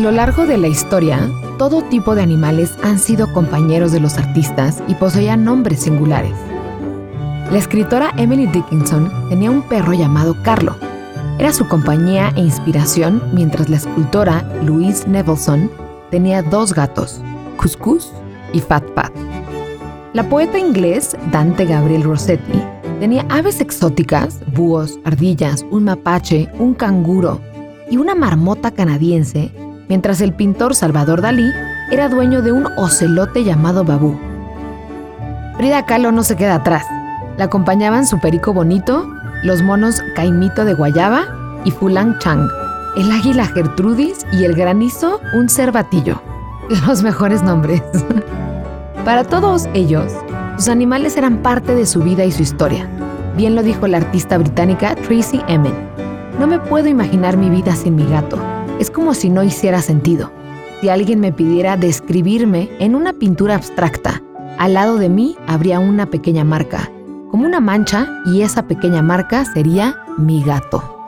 lo largo de la historia, todo tipo de animales han sido compañeros de los artistas y poseían nombres singulares. La escritora Emily Dickinson tenía un perro llamado Carlo. Era su compañía e inspiración, mientras la escultora Louise Nevelson tenía 2 gatos, Cuscus y Fat Pat. La poeta inglés Dante Gabriel Rossetti tenía aves exóticas, búhos, ardillas, un mapache, un canguro y una marmota canadiense, mientras el pintor Salvador Dalí era dueño de un ocelote llamado Babú. Frida Kahlo no se queda atrás. La acompañaban su perico bonito, los monos Caimito de Guayaba y Fulang Chang, el águila Gertrudis y el granizo, un cervatillo. Los mejores nombres. Para todos ellos, sus animales eran parte de su vida y su historia. Bien lo dijo la artista británica Tracey Emin. No me puedo imaginar mi vida sin mi gato. Es como si no hiciera sentido. Si alguien me pidiera describirme en una pintura abstracta, al lado de mí habría una pequeña marca, como una mancha, y esa pequeña marca sería mi gato.